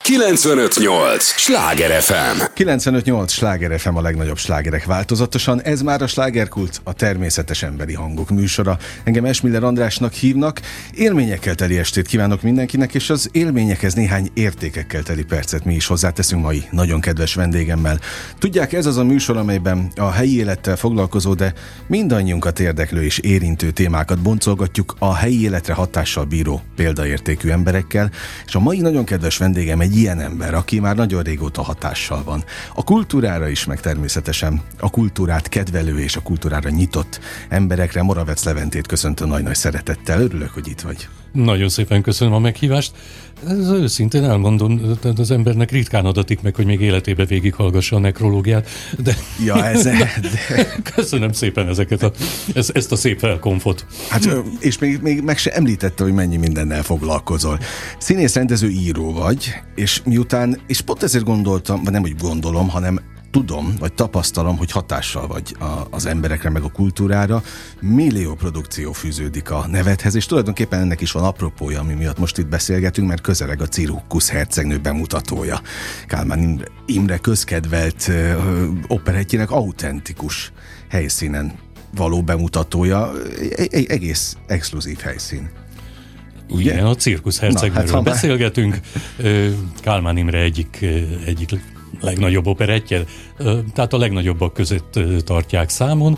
95.8 Sláger FM. 95.8 Sláger FM, a legnagyobb slágerek változatosan. Ez már a Slágerkult, a természetes emberi hangok műsora. Engem Esmiller Andrásnak hívnak. Élményekkel teli estét kívánok mindenkinek, és az élményekhez néhány értékekkel teli percet mi is hozzáteszünk mai nagyon kedves vendégemmel. Tudják, ez az a műsor, amelyben a helyi élettel foglalkozó, de mindannyiunkat érdeklő és érintő témákat boncolgatjuk a helyi életre hatással bíró példaértékű emberekkel, és a mai nagyon kedves vendégem egy ilyen ember, aki már nagyon régóta hatással van. A kultúrára is, meg természetesen a kultúrát kedvelő és a kultúrára nyitott emberekre. Moravec Leventét köszöntöm nagy-nagy szeretettel. Örülök, hogy itt vagy. Nagyon szépen köszönöm a meghívást. Ez őszintén elmondom, az embernek ritkán adatik meg, hogy még életébe végighallgassa a nekrológiát, de... Ja, de... Köszönöm szépen ezt a szép felkonfot. Hát, és még meg se említette, hogy mennyi mindennel foglalkozol. Színész, rendező, író vagy, és miután, és pont ezért gondoltam, vagy nem úgy gondolom, hanem tudom, vagy tapasztalom, hogy hatással vagy az emberekre, meg a kultúrára. Millió produkció fűződik a nevedhez, és tulajdonképpen ennek is van apropója, ami miatt most itt beszélgetünk, mert közeleg a Cirkusz hercegnő bemutatója. Kálmán Imre közkedvelt operettjének autentikus helyszínen való bemutatója, egy egész exkluzív helyszín. Ugye? Igen, a Cirkusz hercegnőről beszélgetünk. Kálmán Imre egyik legnagyobb operettje, tehát a legnagyobbak között tartják számon.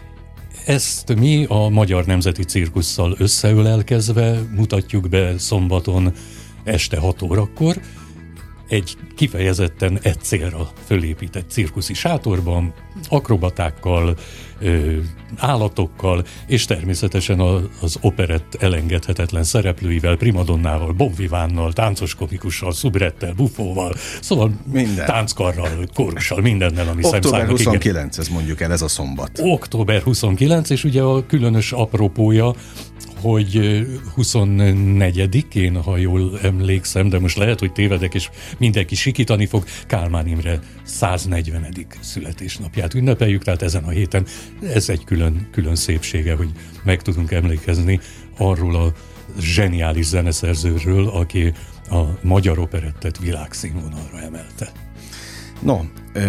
Ezt mi a Magyar Nemzeti Cirkusszal összeölelkezve mutatjuk be szombaton este 6 órakor, egy kifejezetten egy célra fölépített cirkuszi sátorban, akrobatákkal, állatokkal, és természetesen az operett elengedhetetlen szereplőivel, primadonnával, bonvivánnal, táncos komikussal, szubrettel, bufóval, szóval minden. Tánckarral, kórussal, mindennel, ami szemszállnak. Október 29, ez mondjuk el, ez a szombat. Október 29, és ugye a különös apropója, hogy 24-én, ha jól emlékszem, de most lehet, hogy tévedek, és mindenki sikítani fog, Kálmán Imre 140. születésnapját ünnepeljük, tehát ezen a héten ez egy külön szépsége, hogy meg tudunk emlékezni arról a zseniális zeneszerzőről, aki a magyar operettet világszínvonalra emelte. No,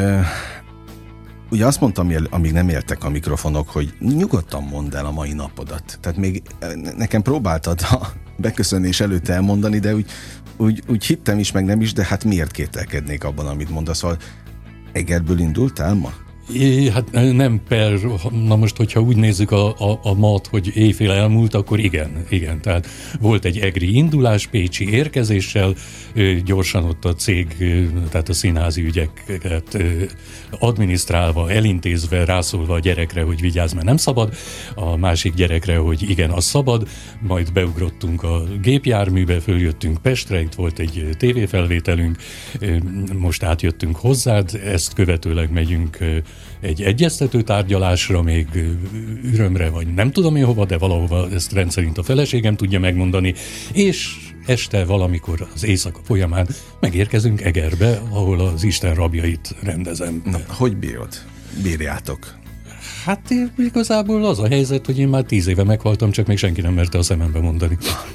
ugye azt mondtam, amíg nem éltek a mikrofonok, hogy nyugodtan mondd el a mai napodat. Tehát még nekem próbáltad a beköszönés előtt elmondani, de úgy hittem is, meg nem is, de hát miért kételkednék abban, amit mondasz? Szóval Egerből indultál ma? Hát nem na most, hogyha úgy nézzük a mat, hogy éjfél elmúlt, akkor igen. Tehát volt egy egri indulás, pécsi érkezéssel, gyorsan ott a cég, tehát a színházi ügyeket adminisztrálva, elintézve, rászólva a gyerekre, hogy vigyázz, mert nem szabad, a másik gyerekre, hogy igen, az szabad, majd beugrottunk a gépjárműbe, följöttünk Pestre, itt volt egy tévéfelvételünk, most átjöttünk hozzád, ezt követőleg megyünk egy egyeztető tárgyalásra, még Ürömre, vagy nem tudom én hova, de valahova ezt rendszerint a feleségem tudja megmondani, és este valamikor az éjszaka folyamán megérkezünk Egerbe, ahol az Isten rabjait rendezem. Na, hogy bírjátok? Hát igazából az a helyzet, hogy én már 10 éve meghaltam, csak még senki nem merte a szemembe mondani.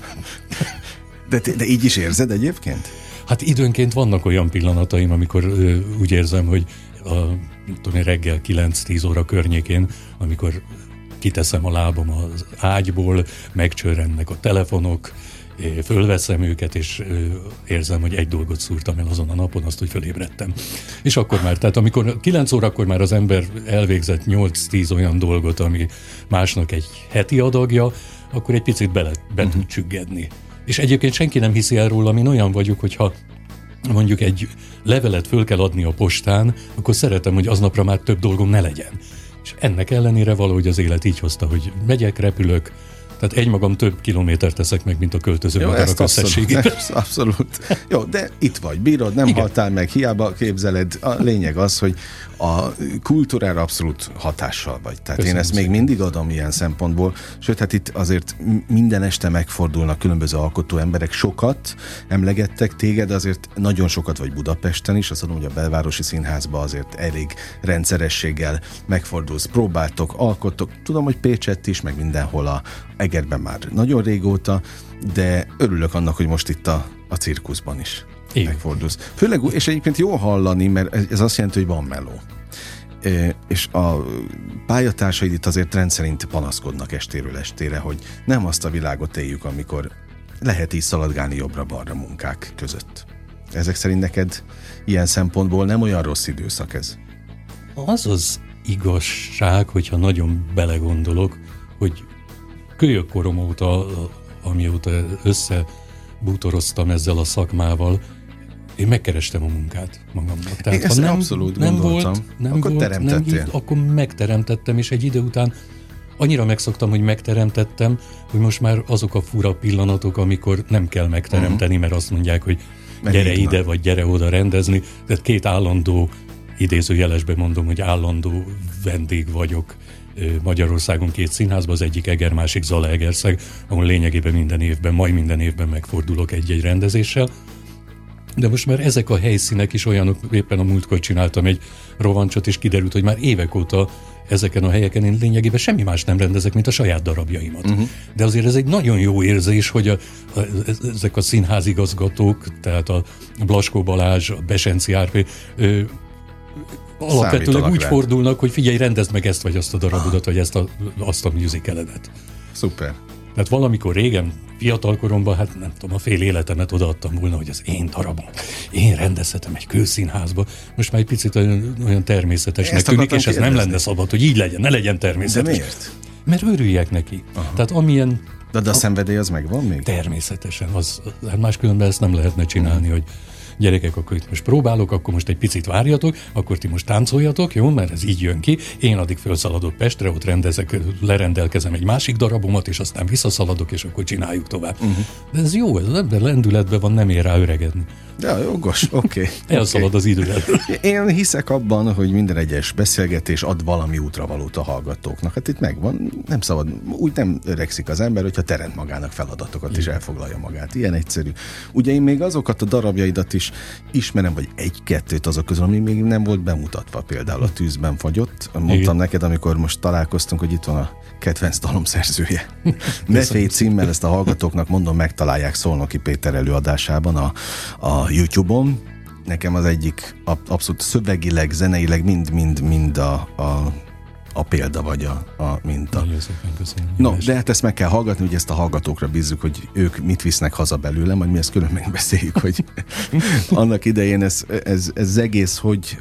De így is érzed egyébként? Hát időnként vannak olyan pillanataim, amikor úgy érzem, hogy reggel 9-10 óra környékén, amikor kiteszem a lábam az ágyból, megcsörrennek a telefonok, fölveszem őket, és érzem, hogy egy dolgot szúrtam el azon a napon, azt, hogy fölébredtem. És akkor már, tehát amikor 9 órakor már az ember elvégzett 8-10 olyan dolgot, ami másnak egy heti adagja, akkor egy picit be tud csüggedni. És egyébként senki nem hiszi el rólam, én olyan vagyok, hogyha mondjuk egy levelet föl kell adni a postán, akkor szeretem, hogy aznapra már több dolgom ne legyen. És ennek ellenére valahogy az élet így hozta, hogy megyek, repülök, tehát egymagam több kilométert teszek meg, mint a költöző madarak összességében. Abszolút. Jó, de itt vagy, bírod, nem haltál meg, hiába képzeled. A lényeg az, hogy a kultúrára abszolút hatással vagy. Tehát köszönöm, én ezt még mindig adom ilyen szempontból. Sőt, hát itt azért minden este megfordulnak különböző alkotó emberek. Sokat emlegettek téged, azért nagyon sokat vagy Budapesten is. Azt mondom, hogy a Belvárosi Színházban azért elég rendszerességgel megfordulsz, próbáltok, alkottok. Tudom, hogy Pécsett is, meg mindenhol a Egerben már nagyon régóta, de örülök annak, hogy most itt a cirkuszban is. megfordulsz. Főleg, és egyébként jó hallani, mert ez azt jelenti, hogy van meló. És a pályatársaid itt azért rendszerint panaszkodnak estéről estére, hogy nem azt a világot éljük, amikor lehet így szaladgálni jobbra-balra munkák között. Ezek szerint neked ilyen szempontból nem olyan rossz időszak ez? Az az igazság, hogyha nagyon belegondolok, hogy kölyök korom óta, amióta összebútoroztam ezzel a szakmával, én megkerestem a munkát magamnak. Tehát én ha nem, abszolút nem gondoltam. Volt, akkor volt, teremtettél. nem így, akkor megteremtettem, és egy idő után annyira megszoktam, hogy megteremtettem, hogy most már azok a fura pillanatok, amikor nem kell megteremteni, mert azt mondják, hogy gyere ide, vagy gyere oda rendezni. Tehát két állandó, idézőjelesben mondom, hogy állandó vendég vagyok Magyarországon két színházban, az egyik Eger, másik Zalaegerszeg, ahol lényegében majd minden évben megfordulok egy-egy rendezéssel. De most már ezek a helyszínek is olyanok, éppen a múltkor csináltam egy rovancsot, és kiderült, hogy már évek óta ezeken a helyeken én lényegében semmi más nem rendezek, mint a saját darabjaimat. De azért ez egy nagyon jó érzés, hogy ezek a színházigazgatók, tehát a Blaskó Balázs, a Besenci Árpé, alapvetőleg úgy fordulnak, hogy figyelj, rendezd meg ezt vagy azt a darabodat, vagy azt a musicaledet. Szuper. Tehát valamikor régen, fiatal koromban, hát nem tudom, a fél életemet odaadtam volna, hogy az én darabom, én rendezhetem egy kőszínházba. Most már egy picit olyan természetesnek tűnik, és ez nem lenne szabad, hogy így legyen, ne legyen természetes. De miért? Mert örüljek neki. Aha. Tehát amilyen... De a szenvedély az megvan még? Természetesen. Hát máskülönben ezt nem lehetne csinálni, hogy gyerekek, akkor itt most próbálok, akkor most egy picit várjatok, akkor ti most táncoljatok, jó, mert ez így jön ki. Én addig felszaladok Pestre, ott lerendelkezem egy másik darabomat, és aztán visszaszaladok, és akkor csináljuk tovább. De ez jó, ez ember lendületben van, nem ér rá öregedni. Ja, jogos, oké. Elszalad az idő elől. Én hiszek abban, hogy minden egyes beszélgetés ad valami útravalót a hallgatóknak. Hát itt megvan, nem szabad, úgy nem öregszik az ember, hogyha teremt magának feladatokat, és elfoglalja magát. Ilyen egyszerű. Ugye én még azokat a darabjaidat is ismerem, vagy egy-kettőt azok közül, ami még nem volt bemutatva, például a Tűzben fagyott. Mondtam neked, amikor most találkoztunk, hogy itt van a kedvenc dalomszerzője. Ne félj címmel, ezt a hallgatóknak mondom, megtalálják Szolnoki Péter előadásában a YouTube-on. Nekem az egyik abszolút szövegileg, zeneileg mind a példa vagy a minta. Nagyon szépen köszönöm. No, de hát ezt meg kell hallgatni, hogy ezt a hallgatókra bízzuk, hogy ők mit visznek haza belőle, majd mi ezt külön megbeszéljük, hogy annak idején ez egész, hogy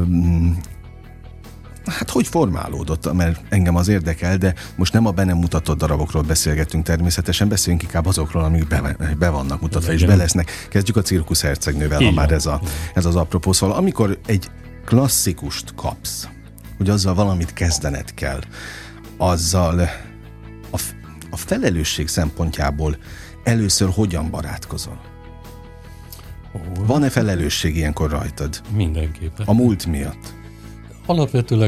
hát hogy formálódott, mert engem az érdekel, de most nem a be nem mutatott darabokról beszélgetünk természetesen, beszéljünk inkább azokról, amik be vannak mutatva, és be lesznek. Kezdjük a Cirkusz hercegnővel, ha már ez az apropó. Szóval amikor egy klasszikust kapsz, hogy azzal valamit kezdened kell, azzal a felelősség szempontjából először hogyan barátkozol? Van-e felelősség ilyenkor rajtad? Mindenképpen. A múlt miatt? Alapvetőleg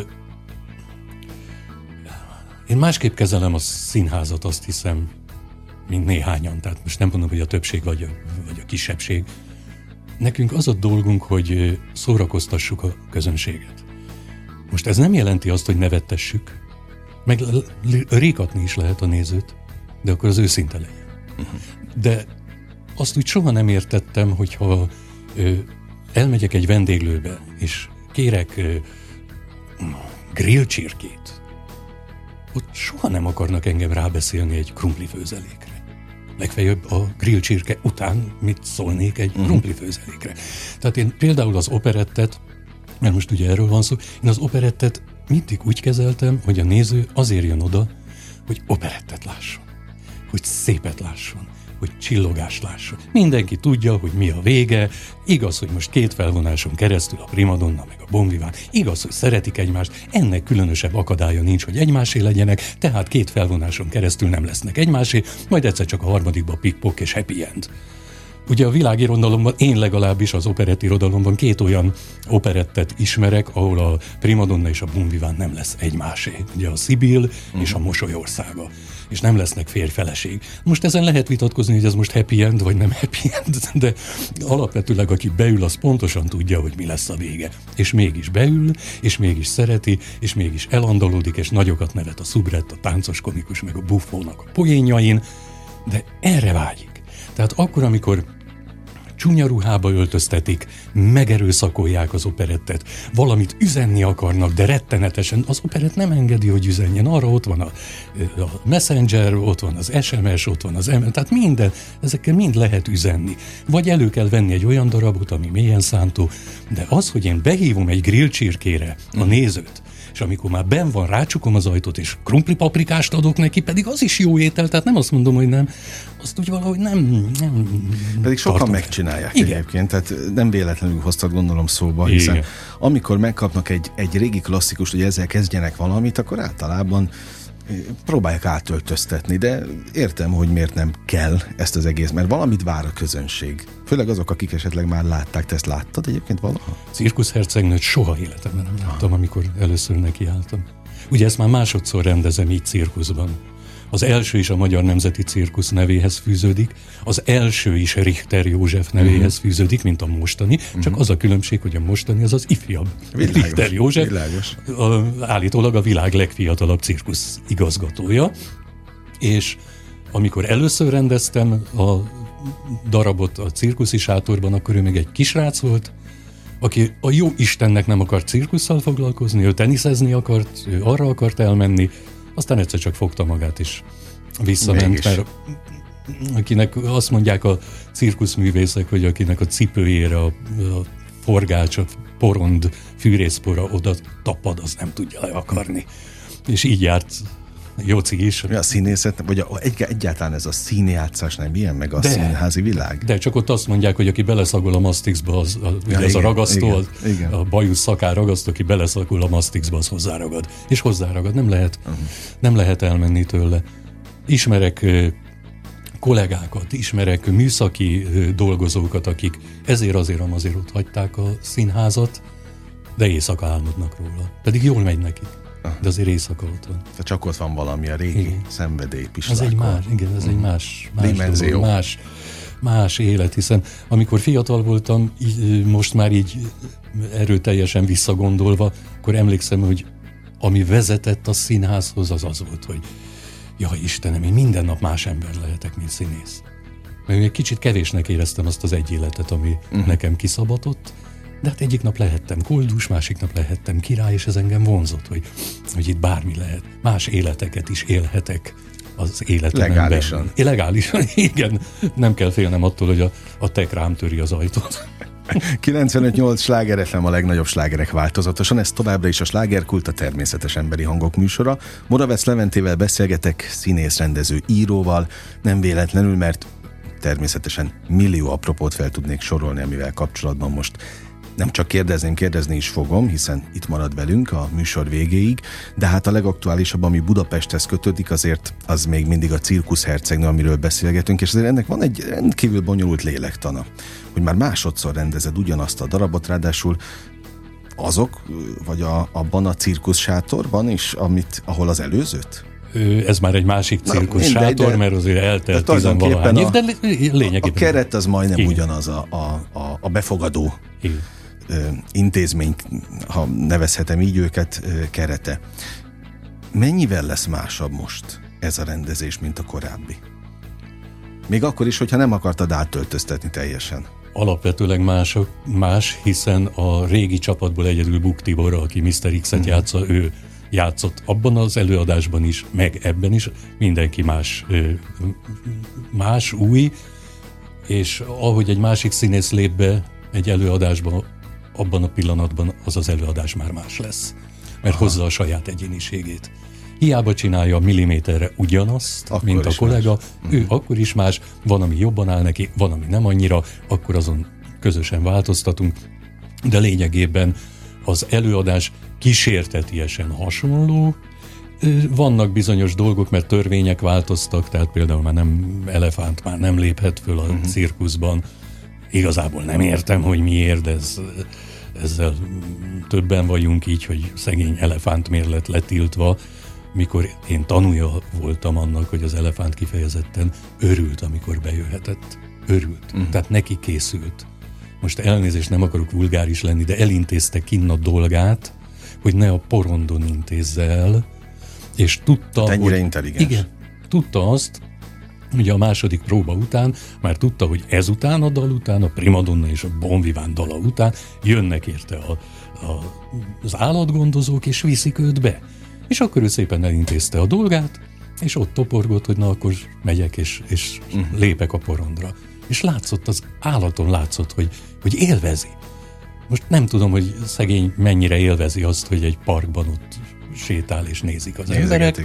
én másképp kezelem a színházat, azt hiszem, mint néhányan. Tehát most nem mondom, hogy a többség vagy a kisebbség. Nekünk az a dolgunk, hogy szórakoztassuk a közönséget. Most ez nem jelenti azt, hogy nevettessük, meg rikatni is lehet a nézőt, de akkor az őszinte legyen. De azt úgy soha nem értettem, hogyha elmegyek egy vendéglőbe, és kérek grillcsirkét, ott soha nem akarnak engem rábeszélni egy krumplifőzelékre. Legfeljebb a grillcsirke után mit szólnék egy krumplifőzelékre. Tehát én például az operettet, mert most ugye erről van szó, én az operettet mindig úgy kezeltem, hogy a néző azért jön oda, hogy operettet lásson, hogy szépet lásson, hogy csillogást lásson. Mindenki tudja, hogy mi a vége, igaz, hogy most két felvonáson keresztül a primadonna meg a bonviván, igaz, hogy szeretik egymást, ennek különösebb akadálya nincs, hogy egymásé legyenek, tehát két felvonáson keresztül nem lesznek egymásé, majd egyszer csak a harmadikba pikpok és happy end. Ugye a világirodalomban, én legalábbis az operettirodalomban két olyan operettet ismerek, ahol a primadonna és a bonviván nem lesz egymásé. Ugye a Szibil és a Mosolyországa. És nem lesznek férj-feleség. Most ezen lehet vitatkozni, hogy ez most happy end, vagy nem happy end, de alapvetőleg aki beül, az pontosan tudja, hogy mi lesz a vége. És mégis beül, és mégis szereti, és mégis elandolódik, és nagyokat nevet a szubrett, a táncos komikus, meg a buffónak a poénjain, de erre vágyik. Tehát akkor, amikor csúnya ruhába öltöztetik, megerőszakolják az operettet, valamit üzenni akarnak, de rettenetesen. Az operett nem engedi, hogy üzenjen. Arra ott van a Messenger, ott van az SMS, ott van az tehát minden, ezekkel mind lehet üzenni. Vagy elő kell venni egy olyan darabot, ami mélyen szántó, de az, hogy én behívom egy grillcsirkére a nézőt, és amikor már benn van, rácsukom az ajtót, és krumplipaprikást adok neki, pedig az is jó étel, tehát nem azt mondom, hogy nem, azt úgy valahogy nem pedig sokan megcsinálják egyébként, tehát nem véletlenül hoztad gondolom szóba, hiszen amikor megkapnak egy régi klasszikust, hogy ezzel kezdjenek valamit, akkor általában próbálják átöltöztetni, de értem, hogy miért nem kell ezt az egész, mert valamit vár a közönség. Főleg azok, akik esetleg már látták. Te ezt láttad egyébként valaha? Cirkuszhercegnőt soha életemben nem láttam, amikor először nekiálltam. Ugye ezt már másodszor rendezem így cirkuszban. Az első is a Magyar Nemzeti Cirkusz nevéhez fűződik, az első is Richter József nevéhez fűződik, mint a mostani, csak az a különbség, hogy a mostani az ifjabb. Világos, Richter József, világos. Állítólag a világ legfiatalabb cirkusz igazgatója, és amikor először rendeztem a darabot a cirkuszi sátorban, akkor ő még egy kisrác volt, aki a jó Istennek nem akart cirkusszal foglalkozni, ő teniszezni akart, ő arra akart elmenni, aztán egyszer csak fogta magát és visszament, mert akinek azt mondják a cirkuszművészek, hogy akinek a cipőjére a forgács, a porond, fűrészpora oda tapad, az nem tudja le akarni. És így járt Jóci is. A színészet, vagy egyáltalán ez a színjátszás nem ilyen, meg a színházi világ? De csak ott azt mondják, hogy aki beleszagol a masztixba, az a ragasztó, igen. A bajusz szakár ragasztó, aki beleszagol a masztixba, az hozzáragad. És hozzáragad, nem lehet elmenni tőle. Ismerek kollégákat, ismerek műszaki dolgozókat, akik ezért ott hagyták a színházat, de éjszaka álmodnak róla. Pedig jól megy nekik. De azért éjszaka ott van. Tehát csak ott van valami, a régi szenvedély, pislákkal. Ez egy más dimenzió. Más élet, hiszen amikor fiatal voltam, most már így erőteljesen visszagondolva, akkor emlékszem, hogy ami vezetett a színházhoz, az volt, hogy jaj Istenem, én minden nap más ember lehetek, mint színész. Mert egy kicsit kevésnek éreztem azt az egy életet, ami nekem kiszabatott, de hát egyik nap lehettem koldus, másik nap lehettem király, és ez engem vonzott, hogy itt bármi lehet. Más életeket is élhetek az életemben. Legálisan. Legálisan, igen. Nem kell félnem attól, hogy a tek rám töri az ajtót. 95.8 Sláger FM, a legnagyobb slágerek változatosan. Ez továbbra is a Slágerkult, a természetes emberi hangok műsora. Moravec Leventével beszélgetek, színész, rendező, íróval. Nem véletlenül, mert természetesen millió apropót fel tudnék sorolni, amivel kapcsolatban most nem csak kérdezni is fogom, hiszen itt marad velünk a műsor végéig, de hát a legaktuálisabb, ami Budapesthez kötődik, azért az még mindig a Cirkuszhercegnő, amiről beszélgetünk, és azért ennek van egy rendkívül bonyolult lélektana, hogy már másodszor rendezed ugyanazt a darabot, ráadásul azok, vagy abban a cirkuszsátorban is, ahol az előzőt? Ez már egy másik cirkuszsátor, mert azért eltelt 10-valahány év, de lényegében. A keret az majdnem ugyanaz a befogadó intézmény, ha nevezhetem így őket, kerete. Mennyivel lesz másabb most ez a rendezés, mint a korábbi? Még akkor is, hogyha nem akartad átöltöztetni teljesen. Alapvetőleg más, hiszen a régi csapatból egyedül Buk Tibor, aki Mr. X-et játsza, ő játszott abban az előadásban is, meg ebben is, mindenki más, új, és ahogy egy másik színész lép be egy előadásban, abban a pillanatban az előadás már más lesz, mert hozza a saját egyéniségét. Hiába csinálja a milliméterre ugyanazt, akkor mint a kollega, ő akkor is más, van, ami jobban áll neki, van, ami nem annyira, akkor azon közösen változtatunk, de lényegében az előadás kísértetiesen hasonló. Vannak bizonyos dolgok, mert törvények változtak, tehát például már elefánt már nem léphet föl a cirkuszban. Igazából nem értem, hogy miért, de ezzel többen vagyunk így, hogy szegény elefánt miért lett letiltva, mikor én tanúja voltam annak, hogy az elefánt kifejezetten örült, amikor bejöhetett. Örült. Tehát neki készült. Most elnézést, nem akarok vulgáris lenni, de elintézte kinn a dolgát, hogy ne a porondon intézze el, és tudta, ennyire intelligens. Igen, tudta azt, ugye a második próba után már tudta, hogy ezután a dal után, a Primadonna és a Bon Vivant dala után jönnek érte az állatgondozók, és viszik őt be. És akkor ő szépen elintézte a dolgát, és ott toporgott, hogy na akkor megyek, és lépek a porondra. És látszott, az állaton látszott, hogy élvezi. Most nem tudom, hogy szegény mennyire élvezi azt, hogy egy parkban ott sétál és nézik az emberek.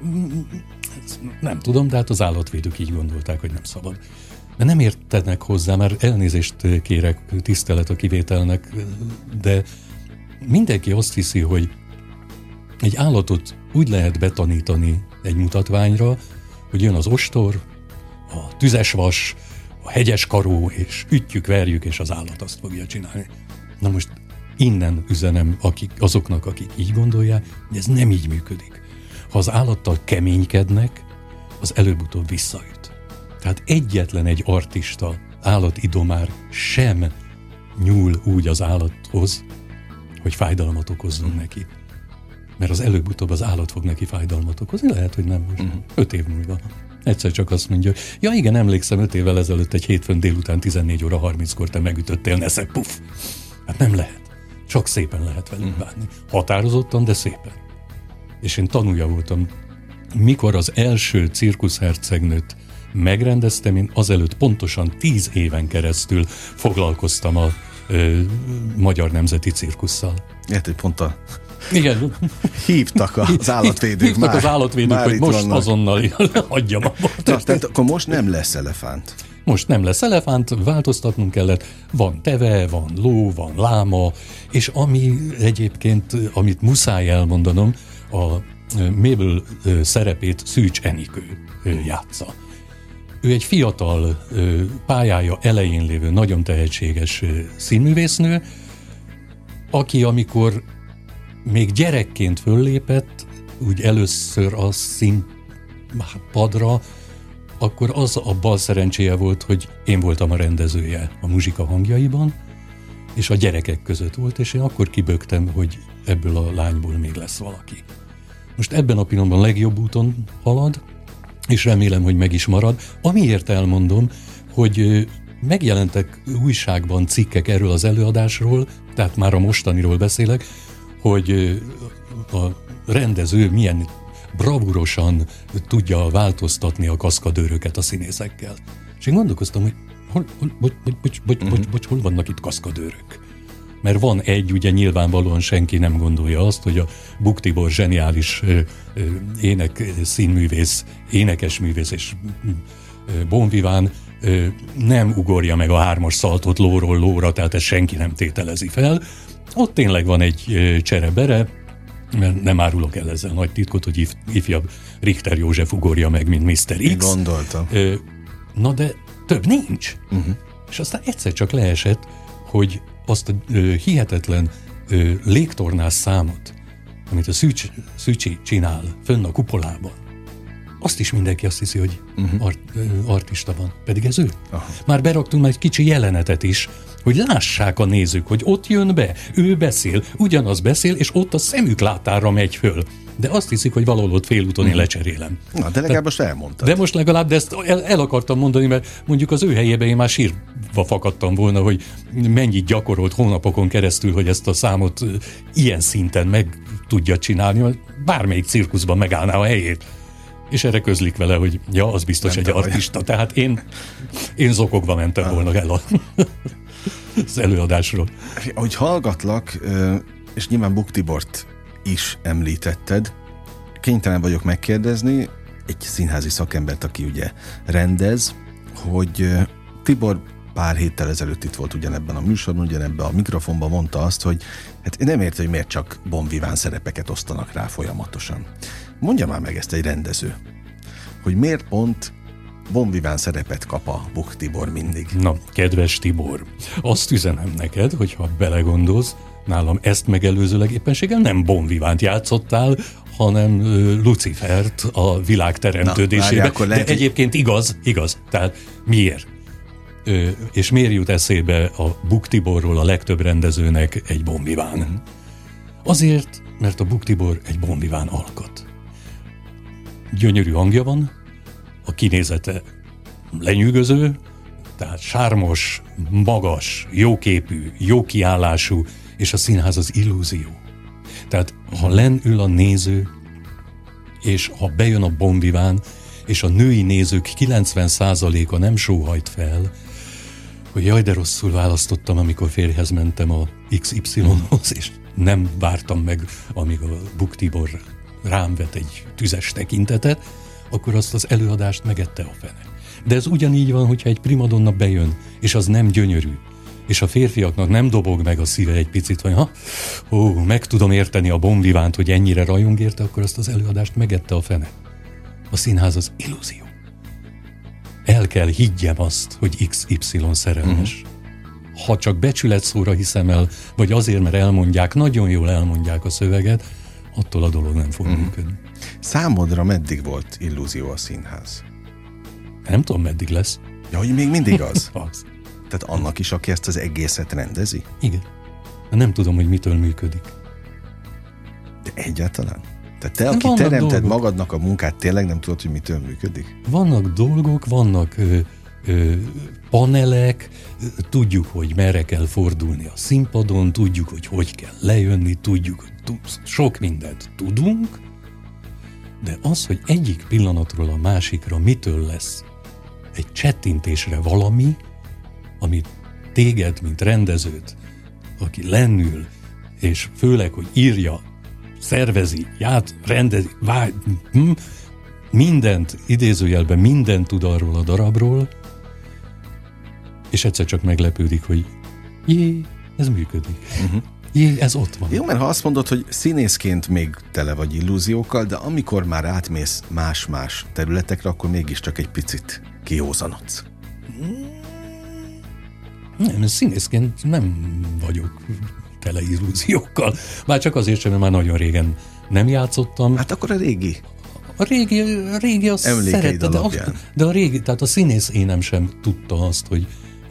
Nem tudom, de hát az állatvédők így gondolták, hogy nem szabad. De nem értenek hozzá, már elnézést kérek, tisztelet a kivételnek, de mindenki azt hiszi, hogy egy állatot úgy lehet betanítani egy mutatványra, hogy jön az ostor, a tüzes vas, a hegyes karó, és ütjük, verjük, és az állat azt fogja csinálni. Na most innen üzenem azoknak, akik így gondolják, hogy ez nem így működik. Ha az állattal keménykednek, az előbb-utóbb visszaüt. Tehát egyetlen egy artista, állatidomár sem nyúl úgy az állathoz, hogy fájdalmat okozzon neki. Mert az előbb-utóbb az állat fog neki fájdalmat okozni, lehet, hogy nem most, 5 év múlva. Egyszer csak azt mondja, hogy ja igen, emlékszem, 5 évvel ezelőtt egy hétfőn délután 14 óra 30-kor te megütöttél, nesze, puff. Hát nem lehet. Csak szépen lehet velük bánni. Határozottan, de szépen. És én tanulja voltam, mikor az első cirkuszhercegnőt megrendeztem, én azelőtt pontosan 10 éven keresztül foglalkoztam a Magyar Nemzeti Cirkusszal. Lehet, hogy pont igen. Hívtak az állatvédők. Hívtak az állatvédők, hogy most vannak. Azonnal adjam a bort. Tehát akkor most nem lesz elefánt. Most nem lesz elefánt, változtatnunk kellett. Van teve, van ló, van láma, és ami egyébként, amit muszáj elmondanom, a Mabel szerepét Szűcs Enikő játsza. Ő egy fiatal, pályája elején lévő, nagyon tehetséges színművésznő, aki amikor még gyerekként föllépett, úgy először a színpadra, akkor az a bal szerencséje volt, hogy én voltam a rendezője a Muzsika hangjaiban, és a gyerekek között volt, és én akkor kibögtem, hogy ebből a lányból még lesz valaki. Most ebben a pillanatban legjobb úton halad, és remélem, hogy meg is marad. Amiért elmondom, hogy megjelentek újságban cikkek erről az előadásról, tehát már a mostaniról beszélek, hogy a rendező milyen bravúrosan tudja változtatni a kaszkadőröket a színészekkel. És én gondolkoztam, hogy hol vannak itt kaszkadőrök? Mert van egy, ugye nyilvánvalóan senki nem gondolja azt, hogy a Buk Tibor zseniális színművész, énekesművész és Bon Vivant nem ugorja meg a 3-as szaltot lóról lóra, tehát ezt senki nem tételezi fel. Ott tényleg van egy cserebere, mert nem árulok el ezzel nagy titkot, hogy ifjabb Richter József ugorja meg, mint Mr. X. Én gondoltam. Na de több nincs. És aztán egyszer csak leesett, hogy azt a hihetetlen légtornás számot, amit a Szűcsi csinál fönn a kupolában, azt is mindenki azt hiszi, hogy artista van. Pedig ez ő. Aha. Már beraktunk egy kicsi jelenetet is, hogy lássák a nézők, hogy ott jön be, ő beszél, ugyanaz beszél, és ott a szemük látára megy föl. De azt hiszik, hogy valahol ott félúton én lecserélem. Na, de legalább most elmondtad. De most legalább, de ezt el akartam mondani, mert mondjuk az ő helyében én már sírva fakadtam volna, hogy mennyit gyakorolt hónapokon keresztül, hogy ezt a számot ilyen szinten meg tudja csinálni, mert bármelyik cirkuszban megállná a helyét. És erre közlik vele, hogy ja, az biztos nem egy artista. Tehát én zokogva mentem volna el az előadásról. Ahogy hallgatlak, és nyilván Buk Tibort is említetted, kénytelen vagyok megkérdezni egy színházi szakembert, aki ugye rendez, hogy Tibor pár héttel ezelőtt itt volt ugyanebben a műsorban, ugyanebben a mikrofonban mondta azt, hogy hát nem érti, hogy miért csak Bon Vivant szerepeket osztanak rá folyamatosan. Mondja már meg ezt egy rendező, hogy miért pont Bon Vivant szerepet kap a Buk Tibor mindig. Na, kedves Tibor, azt üzenem neked, hogyha belegondolsz, nálam ezt megelőzőleg éppenséggel nem Bon Vivant játszottál, hanem Lucifert a világ teremtődésébe. De egyébként igaz. Tehát miért? És miért jut eszébe a Buk Tiborról a legtöbb rendezőnek egy Bon Vivant? Azért, mert a Buk Tibor egy Bon Vivant alkat. Gyönyörű hangja van, a kinézete lenyűgöző, tehát sármos, magas, jóképű, jó kiállású, és a színház az illúzió. Tehát ha lenn ül a néző, és ha bejön a Bon Vivant, és a női nézők 90%-a nem sóhajt fel, hogy jaj, de rosszul választottam, amikor férjhez mentem a XY-hoz, és nem vártam meg, amíg a Buk Tibor rám vet egy tüzes tekintetet, akkor azt az előadást megette a fene. De ez ugyanígy van, hogyha egy primadonna bejön, és az nem gyönyörű, és a férfiaknak nem dobog meg a szíve egy picit, vagy meg tudom érteni a Bon Vivant, hogy ennyire rajong érte, akkor azt az előadást megette a fene. A színház az illúzió. El kell higgyem azt, hogy XY szerelmes. Ha csak becsületszóra hiszem el, vagy azért, mert elmondják, nagyon jól elmondják a szöveget, attól a dolog nem fog működni. Számodra meddig volt illúzió a színház? Nem tudom, meddig lesz. Ja, hogy még mindig az? Az. Tehát annak is, aki ezt az egészet rendezi? Igen. Nem tudom, hogy mitől működik. De egyáltalán? Tehát te, aki teremted magadnak a munkát, tényleg nem tudod, hogy mitől működik? Vannak dolgok, vannak panelek, tudjuk, hogy merre kell fordulni a színpadon, tudjuk, hogy kell lejönni, tudjuk, hogy sok mindent tudunk, de az, hogy egyik pillanatról a másikra mitől lesz egy csettintésre valami, ami téged, mint rendezőt, aki lennül, és főleg, hogy írja, szervezi, rendezi, mindent, idézőjelben mindent tud arról a darabról, és egyszer csak meglepődik, hogy ez működik. Ez ott van. Jó, mert ha azt mondod, hogy színészként még tele vagy illúziókkal, de amikor már átmész más-más területekre, akkor mégiscsak egy picit kiózanodsz. Nem, színészként nem vagyok tele illúziókkal. Már csak azért sem, mert már nagyon régen nem játszottam. Hát akkor a régi. A régi azt szerette, de a régi, tehát a színész énem sem tudta azt, hogy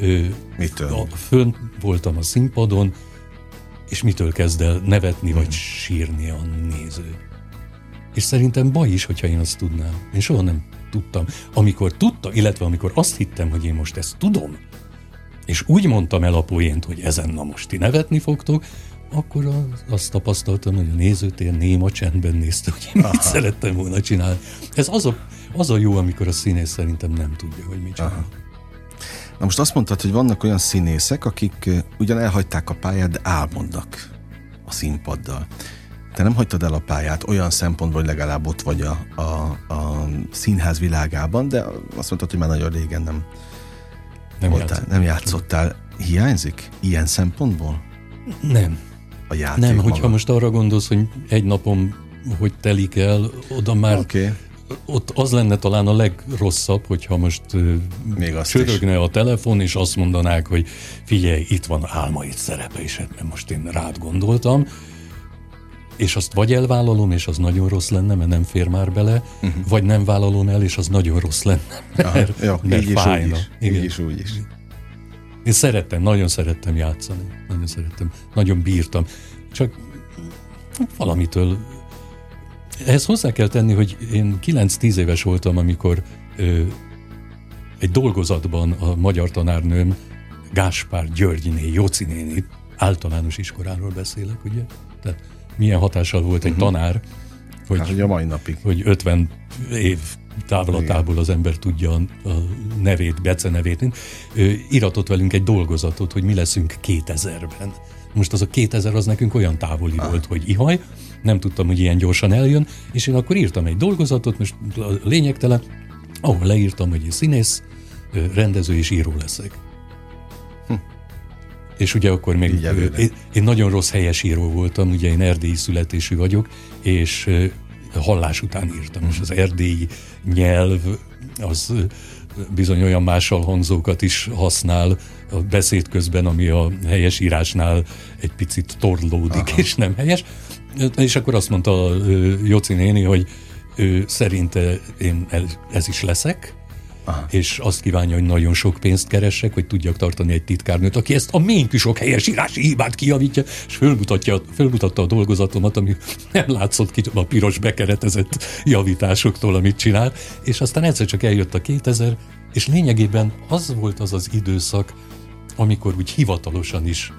fönn voltam a színpadon, és mitől kezd el nevetni, vagy sírni a néző. És szerintem baj is, hogyha én azt tudnám. Én soha nem tudtam. Amikor tudtam, illetve amikor azt hittem, hogy én most ezt tudom, és úgy mondtam el a poént, hogy ezen na most ti nevetni fogtok, akkor azt tapasztaltam, hogy a nézőtér néma csendben nézte, hogy én mit szerettem volna csinálni. Ez az a jó, amikor a színész szerintem nem tudja, hogy mit csinál. Na most azt mondtad, hogy vannak olyan színészek, akik ugyan elhagyták a pályát, de álmodnak a színpaddal. Te nem hagytad el a pályát olyan szempontból, hogy legalább ott vagy a színház világában, de azt mondtad, hogy már nagyon régen nem játszottál. Hiányzik ilyen szempontból? Nem. A játék nem, maga. hogyha most arra gondolsz, hogy egy napom hogy telik el, oda már ott az lenne talán a legrosszabb, hogyha most csörögne a telefon, és azt mondanák, hogy figyelj, itt van Álmaid szerepe is, mert most én rád gondoltam, és azt vagy elvállalom, és az nagyon rossz lenne, mert nem fér már bele, vagy nem vállalom el, és az nagyon rossz lenne, mert fájna. Így is, úgy is. Én nagyon szerettem játszani, nagyon bírtam. Csak valamitől ehhez hozzá kell tenni, hogy én 9-10 éves voltam, amikor egy dolgozatban a magyar tanárnőm, Gáspár Györgyné, Jóci néni, általános iskoláról beszélek, ugye? Tehát milyen hatással volt egy tanár, hogy a mai napig. Hogy 50 év távlatából az ember tudja a nevét, becenevét. Iratott velünk egy dolgozatot, hogy mi leszünk 2000-ben. Most az a 2000 az nekünk olyan távoli volt, hogy ihaj, nem tudtam, hogy ilyen gyorsan eljön, és én akkor írtam egy dolgozatot, most lényegtelen, ahol leírtam, hogy én színész, rendező és író leszek. És ugye akkor még én nagyon rossz helyesíró voltam, ugye én erdélyi születésű vagyok, és hallás után írtam, és az erdélyi nyelv az bizony olyan mással hangzókat is használ a beszéd közben, ami a helyesírásnál egy picit torlódik, és nem helyes. És akkor azt mondta a Jóci néni, hogy szerinte én ez is leszek, és azt kívánja, hogy nagyon sok pénzt keressek, hogy tudjak tartani egy titkárnőt, aki ezt a ménküsok helyesírási hibát kijavítja, és fölmutatta a dolgozatomat, ami nem látszott ki a piros bekeretezett javításoktól, amit csinál, és aztán egyszer csak eljött a 2000, és lényegében az volt az az időszak, amikor úgy hivatalosan is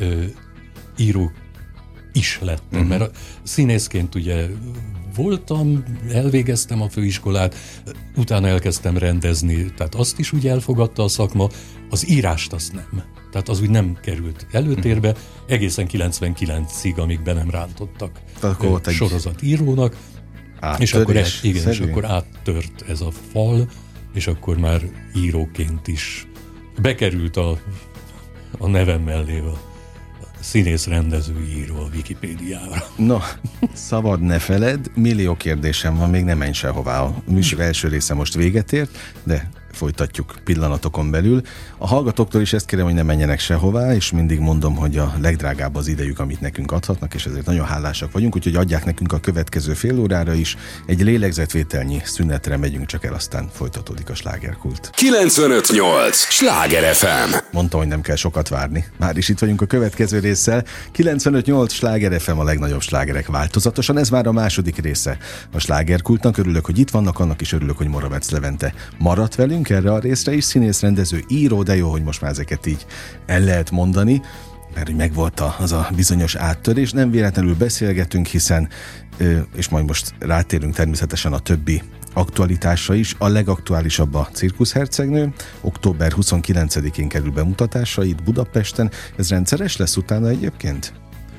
író is lettem, mert a színészként ugye voltam, elvégeztem a főiskolát, utána elkezdtem rendezni, tehát azt is úgy elfogadta a szakma, az írást azt nem. Tehát az úgy nem került előtérbe, egészen 99-ig, amíg be nem rántottak sorozatírónak, és akkor áttört ez a fal, és akkor már íróként is bekerült a nevem mellé a színész, rendező, író a Wikipédiára. No, szabad ne feled, millió kérdésem van, még nem menj sehová. A műsor első része most véget ért, de folytatjuk pillanatokon belül. A hallgatóktól is ezt kérem, hogy ne menjenek sehová, és mindig mondom, hogy a legdrágább az idejük, amit nekünk adhatnak, és ezért nagyon hálásak vagyunk, úgyhogy adják nekünk a következő fél órára is. Egy lélegzetvételnyi szünetre megyünk csak el, aztán folytatódik a slágerkult. 95.8 Sláger FM. Mondtam, hogy nem kell sokat várni. Már is itt vagyunk a következő résszel. 95.8 Sláger FM, a legnagyobb slágerek változatosan. Ez már a második része a slágerkultnak. Örülök, hogy itt vannak, annak is örülök, hogy Moravec Levente maradt velünk erre a részre is, színész, rendező, író, de jó, hogy most már ezeket így el lehet mondani, mert hogy megvolt az a bizonyos áttörés. Nem véletlenül beszélgetünk, hiszen, és majd most rátérünk természetesen a többi aktualitásra is. A legaktuálisabb a Cirkuszhercegnő. Október 29-én kerül bemutatásra itt Budapesten. Ez rendszeres lesz utána egyébként?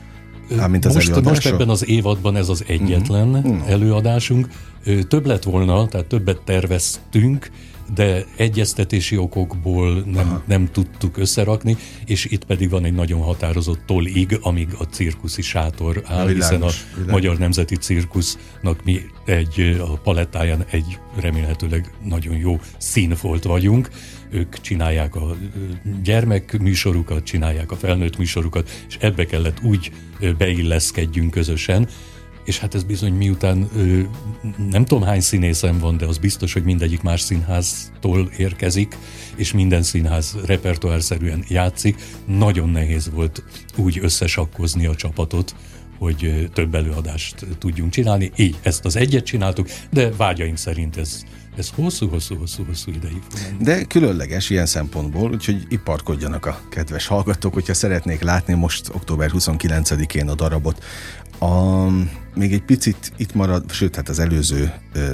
Most ebben az évadban ez az egyetlen előadásunk. Több lett volna, tehát többet terveztünk, de egyeztetési okokból nem tudtuk összerakni, és itt pedig van egy nagyon határozott tollig, amíg a cirkuszi sátor áll, hiszen a Magyar Nemzeti Cirkusznak mi a palettáján egy remélhetőleg nagyon jó színfolt vagyunk. Ők csinálják a gyermekműsorukat, csinálják a felnőtt műsorukat, és ebbe kellett úgy beilleszkedjünk közösen, és hát ez bizony miután nem tudom hány színészem van, de az biztos, hogy mindegyik más színháztól érkezik, és minden színház repertoárszerűen játszik. Nagyon nehéz volt úgy összesakkozni a csapatot, hogy több előadást tudjunk csinálni. Így ezt az egyet csináltuk, de vágyaink szerint ez hosszú ideig fog menni. De különleges ilyen szempontból, úgyhogy iparkodjanak a kedves hallgatók, hogyha szeretnék látni most október 29-én a darabot. Még egy picit itt marad, sőt, hát az előző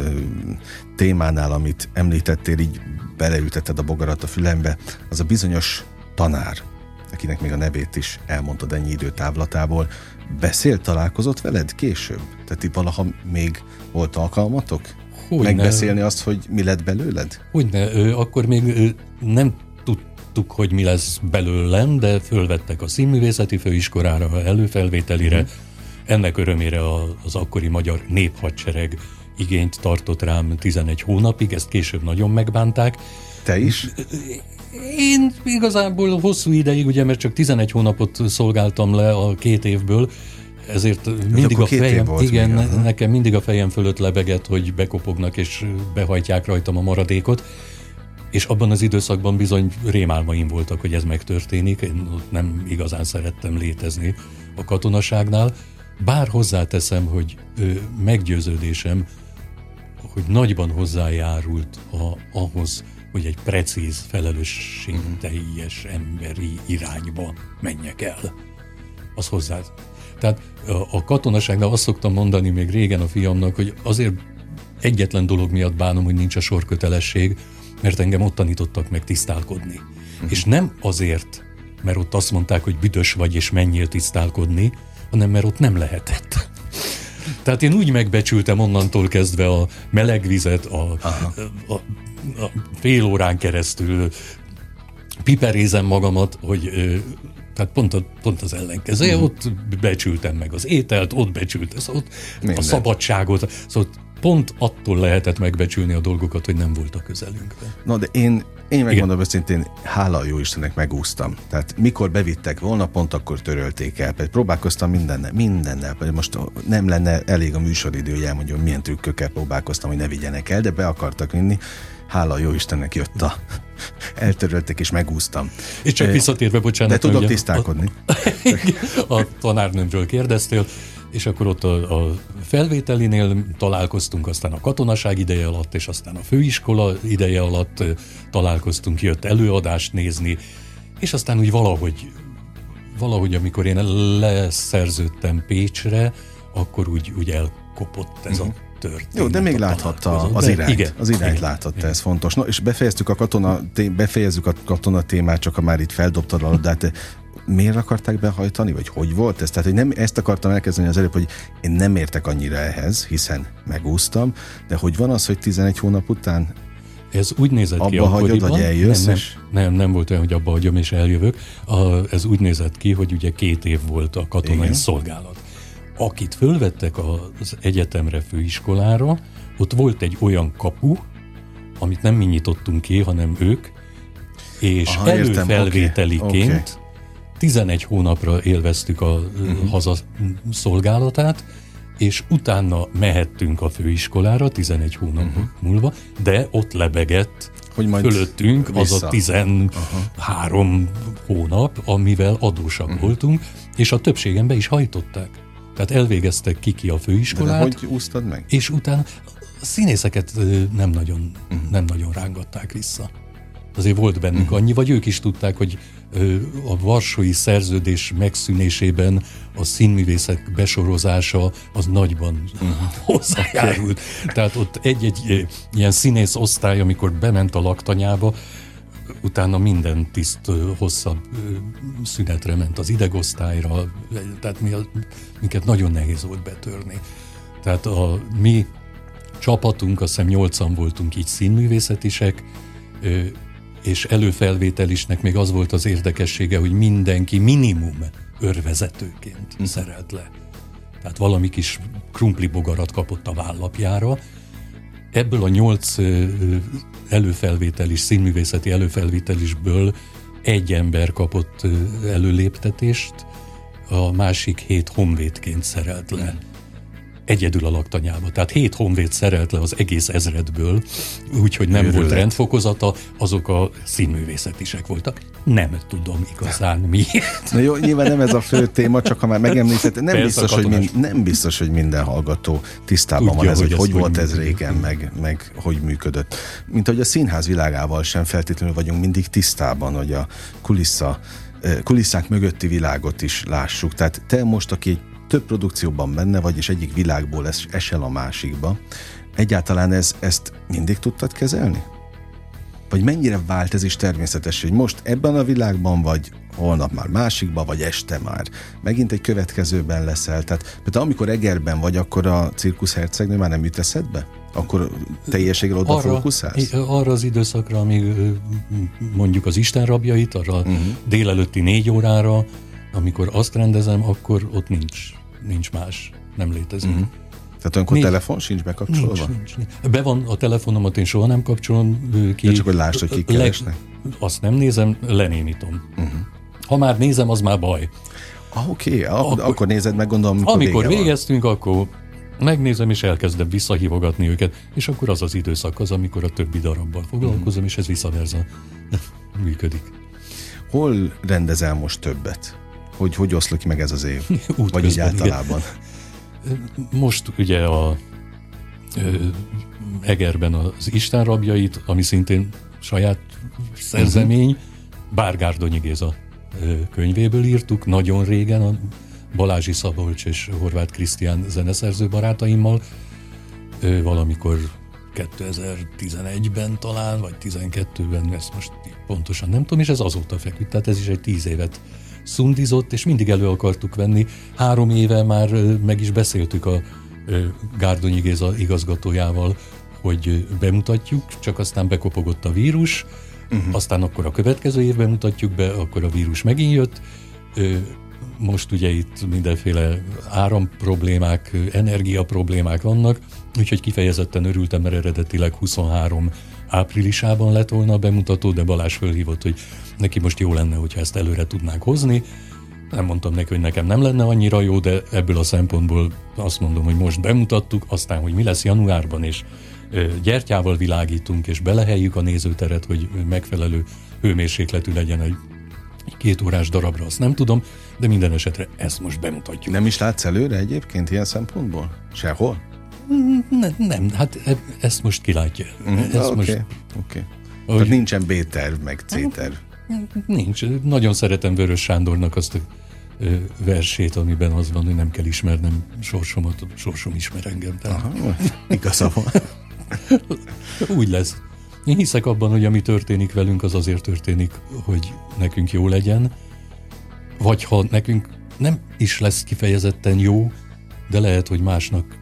témánál, amit említettél, így beleültetted a bogarat a fülembe, az a bizonyos tanár, akinek még a nevét is elmondtad ennyi időtávlatából. találkozott veled később? Tehát itt valaha még volt alkalmatok? Megbeszélni azt, hogy mi lett belőled? Hogyne, akkor még nem tudtuk, hogy mi lesz belőlem, de fölvettek a Színművészeti Főiskolára, előfelvételire. Ennek örömére az akkori magyar néphadsereg igényt tartott rám 11 hónapig, ezt később nagyon megbánták. Te is? Én igazából hosszú ideig, ugye, mert csak 11 hónapot szolgáltam le a 2 évből, ezért mindig a fejem, nekem mindig a fejem fölött lebegett, hogy bekopognak és behajtják rajtam a maradékot, és abban az időszakban bizony rémálmaim voltak, hogy ez megtörténik. Én nem igazán szerettem létezni a katonaságnál, bár hozzáteszem, hogy meggyőződésem, hogy nagyban hozzájárult ahhoz, hogy egy precíz, felelősségteljes emberi irányba menjek el. Az hozzá. Tehát a katonaságnál azt szoktam mondani még régen a fiamnak, hogy azért egyetlen dolog miatt bánom, hogy nincs a sorkötelesség, mert engem ott tanítottak meg tisztálkodni. És nem azért, mert ott azt mondták, hogy büdös vagy és menjél tisztálkodni, hanem mert ott nem lehetett. Tehát én úgy megbecsültem onnantól kezdve a meleg vizet, a fél órán keresztül piperézem magamat, hogy tehát pont az ellenkező. Ott becsültem meg az ételt, ott becsültem a szabadságot. Szóval pont attól lehetett megbecsülni a dolgokat, hogy nem volt a közelünkben. Na, de én megmondom őszintén, hála a jó Istennek megúsztam. Tehát mikor bevittek volna, pont akkor törölték el. Pedig próbálkoztam mindennel. Most nem lenne elég a műsoridő, hogy elmondjam, milyen trükkökkel próbálkoztam, hogy ne vigyenek el, de be akartak vinni. hála jó Istennek jött eltörölték és megúsztam. És csak visszatérve, bocsánat. De tudok tisztálkodni. A tanárnőmről kérdeztél, és akkor ott a felvételinél találkoztunk, aztán a katonaság ideje alatt, és aztán a főiskola ideje alatt találkoztunk, jött előadást nézni, és aztán úgy valahogy amikor én leszerződtem Pécsre, akkor úgy elkopott ez a történet. Jó, de még láthatta az irányt. Igen, az irányt láthatta, igen. Ez fontos. No, és befejezzük a katona témát, csak ha már itt feldobtad a labdát. Miért akarták behajtani, vagy hogy volt ez? Tehát, hogy nem ezt akartam elkezdeni az előbb, hogy én nem értek annyira ehhez, hiszen megúsztam, de hogy van az, hogy 11 hónap után ez úgy nézett ki akkoriban, hagyod, vagy eljössz? Nem volt olyan, hogy abba hagyom és eljövök. Ez úgy nézett ki, hogy ugye 2 év volt a katonai igen. szolgálat. Akit fölvettek az egyetemre, főiskolára, ott volt egy olyan kapu, amit nem mi nyitottunk ki, hanem ők, és előfelvételiként 11 hónapra élveztük a hazaszolgálatát, és utána mehettünk a főiskolára 11 hónap múlva, de ott lebegett hogy majd fölöttünk vissza. Az a 13 hónap, amivel adósak voltunk, és a többségen be is hajtották. Tehát elvégeztek ki a főiskolát. De hogy úsztad meg? És utána a színészeket nem nagyon rángatták vissza. Azért volt bennük annyi, vagy ők is tudták, hogy a Varsói Szerződés megszűnésében a színművészek besorozása az nagyban hozzájárult. Tehát ott egy ilyen színész osztály, amikor bement a laktanyába, utána minden tiszt hosszabb szünetre ment az idegosztályra, tehát minket nagyon nehéz volt betörni. Tehát a mi csapatunk, azt hiszem 8-an voltunk így színművészetisek, és előfelvételisnek még az volt az érdekessége, hogy mindenki minimum őrvezetőként szerelt le. Tehát valami kis krumplibogarat kapott a vállapjára. Ebből a 8 színművészeti előfelvételisből egy ember kapott előléptetést, a másik 7 honvédként szerelt le. Egyedül a laktanyába. Tehát 7 honvéd szerelt le az egész ezredből, úgyhogy nem volt rendfokozata, azok a színművészetisek voltak. Nem tudom igazán miért. Na jó, nyilván nem ez a fő téma, csak ha már megemlített, nem biztos, hogy minden hallgató tisztában tudja, van ez, hogy volt ez régen, meg hogy működött. Mint hogy a színház világával sem feltétlenül vagyunk mindig tisztában, hogy a kulisszák mögötti világot is lássuk. Tehát te most, aki több produkcióban benne vagy, és egyik világból esel a másikba. Egyáltalán ezt mindig tudtad kezelni? Vagy mennyire vált ez is természetes, hogy most ebben a világban vagy, holnap már másikban, vagy este már megint egy következőben leszel? Tehát amikor Egerben vagy, akkor a cirkuszhercegnő már nem jut eszedbe? Akkor teljességgel oda fókuszálsz? Arra az időszakra, amíg mondjuk az Isten rabjait, arra délelőtti 4 órára, amikor azt rendezem, akkor ott nincs más, nem létezik. Tehát olyankor telefon sincs bekapcsolva? Nincs. Be van a telefonomat, én soha nem kapcsolom ki. De csak hogy lásd, hogy kik keresnek? Azt nem nézem, lenémítom. Ha már nézem, az már baj. Oké, akkor nézed meg, gondolom, amikor végeztünk, akkor megnézem, és elkezdem visszahívogatni őket, és akkor az az időszak az, amikor a többi darabbal foglalkozom, és ez visszaverza működik. Hol rendezel most többet? Hogy oszlik meg ez az év? Vagy így általában? Most ugye a Egerben az Isten rabjait, ami szintén saját szerzemény, bár Gárdonyi Géza könyvéből írtuk, nagyon régen, a Balázsi Szabolcs és Horváth Krisztián zeneszerző barátaimmal, valamikor 2011-ben talán, vagy 12-ben, ezt most pontosan nem tudom, és ez azóta feküdt, tehát ez is egy 10 évet szundizott, és mindig elő akartuk venni. 3 éve már meg is beszéltük a Gárdonyi Géza igazgatójával, hogy bemutatjuk, csak aztán bekopogott a vírus, aztán akkor a következő évben mutatjuk be, akkor a vírus megint jött. Most ugye itt mindenféle áramproblémák, energiaproblémák vannak, úgyhogy kifejezetten örültem, mert eredetileg 23 áprilisában lett volna a bemutató, de Balázs fölhívott, hogy neki most jó lenne, hogyha ezt előre tudnánk hozni. Nem mondtam neki, hogy nekem nem lenne annyira jó, de ebből a szempontból azt mondom, hogy most bemutattuk, aztán, hogy mi lesz januárban, és gyertyával világítunk, és belehelljük a nézőteret, hogy megfelelő hőmérsékletű legyen egy 2 órás darabra, azt nem tudom, de minden esetre ezt most bemutatjuk. Nem is látsz előre egyébként ilyen szempontból? Sehol? Nem, hát ezt most kilátja. Oké. Tehát nincsen B-terv, meg C-terv. Nincs. Nagyon szeretem Vörös Sándornak azt a versét, amiben az van, hogy nem kell ismernem sorsomat, sorsom ismer engem. Igaza van. Úgy lesz. Én hiszek abban, hogy ami történik velünk, az azért történik, hogy nekünk jó legyen, vagy ha nekünk nem is lesz kifejezetten jó, de lehet, hogy másnak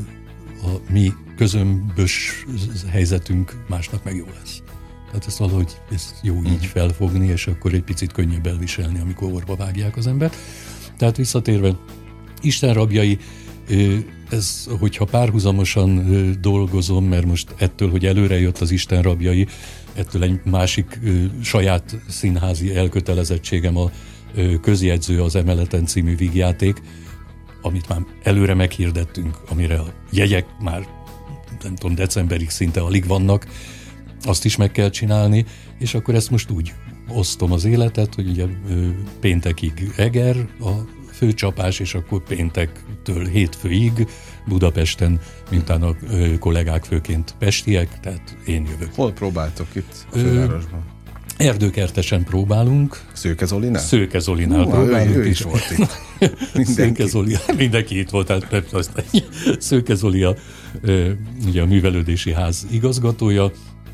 a mi közömbös helyzetünk másnak meg jó lesz. Tehát ezt valahogy jó így felfogni, és akkor egy picit könnyebb elviselni, amikor orba vágják az embert. Tehát visszatérve, Isten rabjai, ez, hogyha párhuzamosan dolgozom, mert most ettől, hogy előre jött az Isten rabjai, ettől egy másik saját színházi elkötelezettségem a Közjegyző az emeleten című vígjáték, amit már előre meghirdettünk, amire a jegyek már nem tudom, decemberig szinte alig vannak, azt is meg kell csinálni, és akkor ezt most úgy osztom az életet, hogy ugye péntekig Eger a főcsapás, és akkor péntektől hétfőig Budapesten, miután a kollégák főként pestiek, tehát én jövök. Hol próbáltok itt a fővárosban? Erdőkertesen próbálunk. Szőke Zolinál? Szőke Zolinál próbálunk. Ő is volt itt. Szőke Zoli, mindenki itt volt, tehát Szőke Zoli ugye a művelődési ház igazgatója,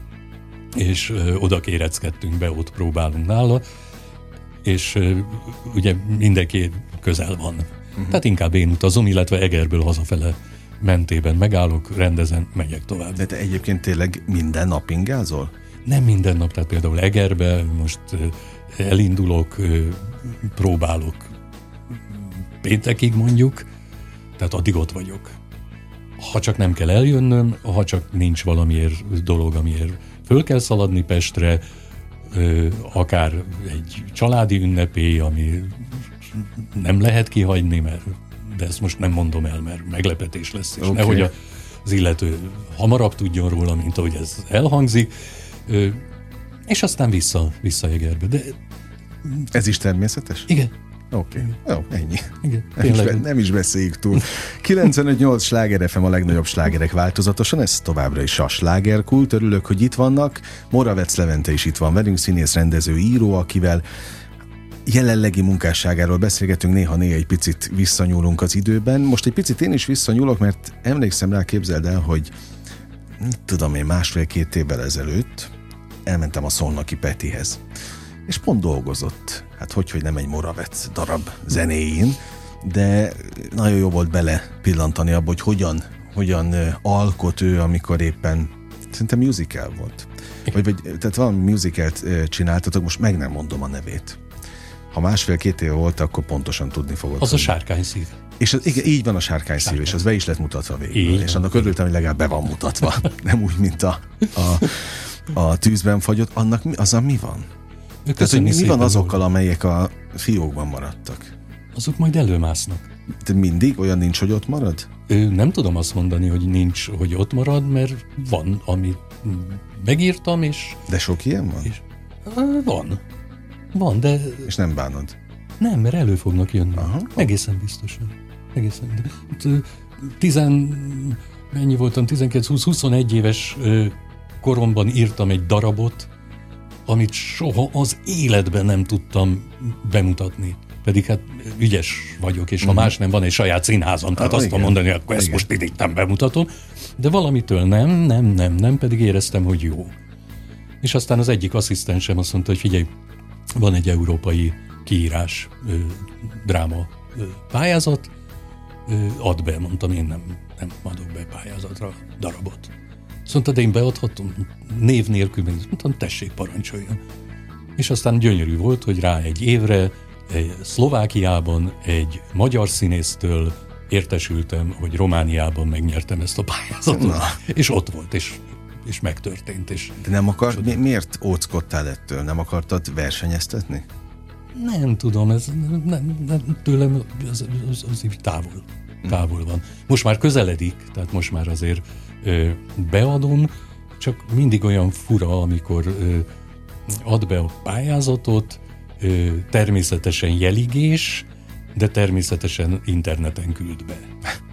és oda kéreckedtünk be, ott próbálunk nála, és ugye mindenki közel van. Tehát inkább én utazom, illetve Egerből hazafele mentében megállok, rendezen, megyek tovább. De te egyébként tényleg minden nap ingázol? Nem minden nap, tehát például Egerbe most elindulok, próbálok péntekig mondjuk, tehát addig ott vagyok. Ha csak nem kell eljönnöm, ha csak nincs valamiért dolog, amiért föl kell szaladni Pestre, akár egy családi ünnepély, ami nem lehet kihagyni, de ezt most nem mondom el, mert meglepetés lesz, és nehogy az illető hamarabb tudjon róla, mint ahogy ez elhangzik, és aztán vissza Egerbe. De... Ez is természetes? Igen. Oké. Jó, ennyi. Igen, nem is beszéljük túl. 95.8 Sláger FM, a legnagyobb slágerek változatosan, ez továbbra is a slágerkult. Örülök, hogy itt vannak. Moravec Levente is itt van velünk, színész, rendező, író, akivel jelenlegi munkásságáról beszélgetünk, néha-néha egy picit visszanyúlunk az időben. Most egy picit én is visszanyúlok, mert emlékszem rá, képzeld el, hogy tudom én, 1,5-2 évvel ezelőtt elmentem a Szolnoki Petihez. És pont dolgozott. Hát hogy nem egy Moravec darab zenéjén, de nagyon jó volt bele pillantani abba, hogy hogyan alkot ő, amikor éppen szerintem musical volt. Tehát valami musicalt csináltatok, most meg nem mondom a nevét. Ha 1,5-2 éve volt, akkor pontosan tudni fogod. Az a Sárkányszív. És igen, így van a Sárkányszív, és az be is lett mutatva végül. És annak örültem, hogy legalább be van mutatva. Nem úgy, mint a tűzben fagyott. Annak mi van? Tehát, hogy mi van azokkal, amelyek a fiókban maradtak? Azok majd előmásznak. De mindig olyan nincs, hogy ott marad? Nem tudom azt mondani, hogy nincs, hogy ott marad, mert van, amit megírtam, és... De sok ilyen van? És, van, de... És nem bánod? Nem, mert elő fognak jönni. Aha. Egészen biztosan. Mennyi voltam? 19-20-21 éves koromban írtam egy darabot, amit soha az életben nem tudtam bemutatni. Pedig hát ügyes vagyok, és ha más nem, van egy saját színházam, tehát azt tudom mondani, hogy akkor ezt most itt nem bemutatom. De valamitől nem, pedig éreztem, hogy jó. És aztán az egyik asszisztensem azt mondta, hogy figyelj, van egy európai kiírás, dráma pályázat, add be, mondtam, én nem adok be pályázatra darabot. Azt mondta, de én beadhatom, név nélkül, mondtam, tessék, parancsoljon. És aztán gyönyörű volt, hogy rá egy évre Szlovákiában egy magyar színésztől értesültem, hogy Romániában megnyertem ezt a pályázatot. Na. És ott volt, és megtörtént. De nem miért óckodtál ettől? Nem akartad versenyeztetni? Nem tudom, ez nem tőlem az így távol van. Most már közeledik, tehát most már azért beadom, csak mindig olyan fura, amikor ad be a pályázatot, természetesen jeligés, de természetesen interneten küld be.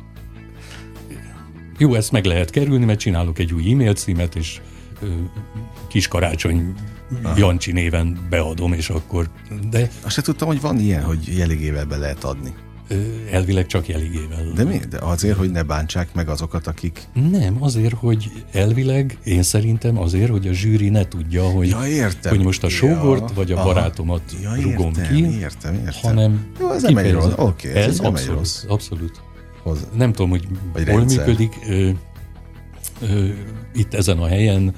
Jó, ezt meg lehet kerülni, mert csinálok egy új e-mail címet, és Kis Karácsony Jancsi néven beadom, és akkor... De azt se tudtam, hogy van ilyen, hogy jeligével be lehet adni. Elvileg csak jeligével. De mi? De azért, hogy ne bántsák meg azokat, akik... Nem, azért, hogy elvileg, én szerintem azért, hogy a zsűri ne tudja, hogy, hogy most a sógort vagy a barátomat rugom ki, értem. hanem jó, ez nem egy rossz. Oké, ez nem egy rossz. Abszolút. Nem tudom, hogy hol működik. Itt ezen a helyen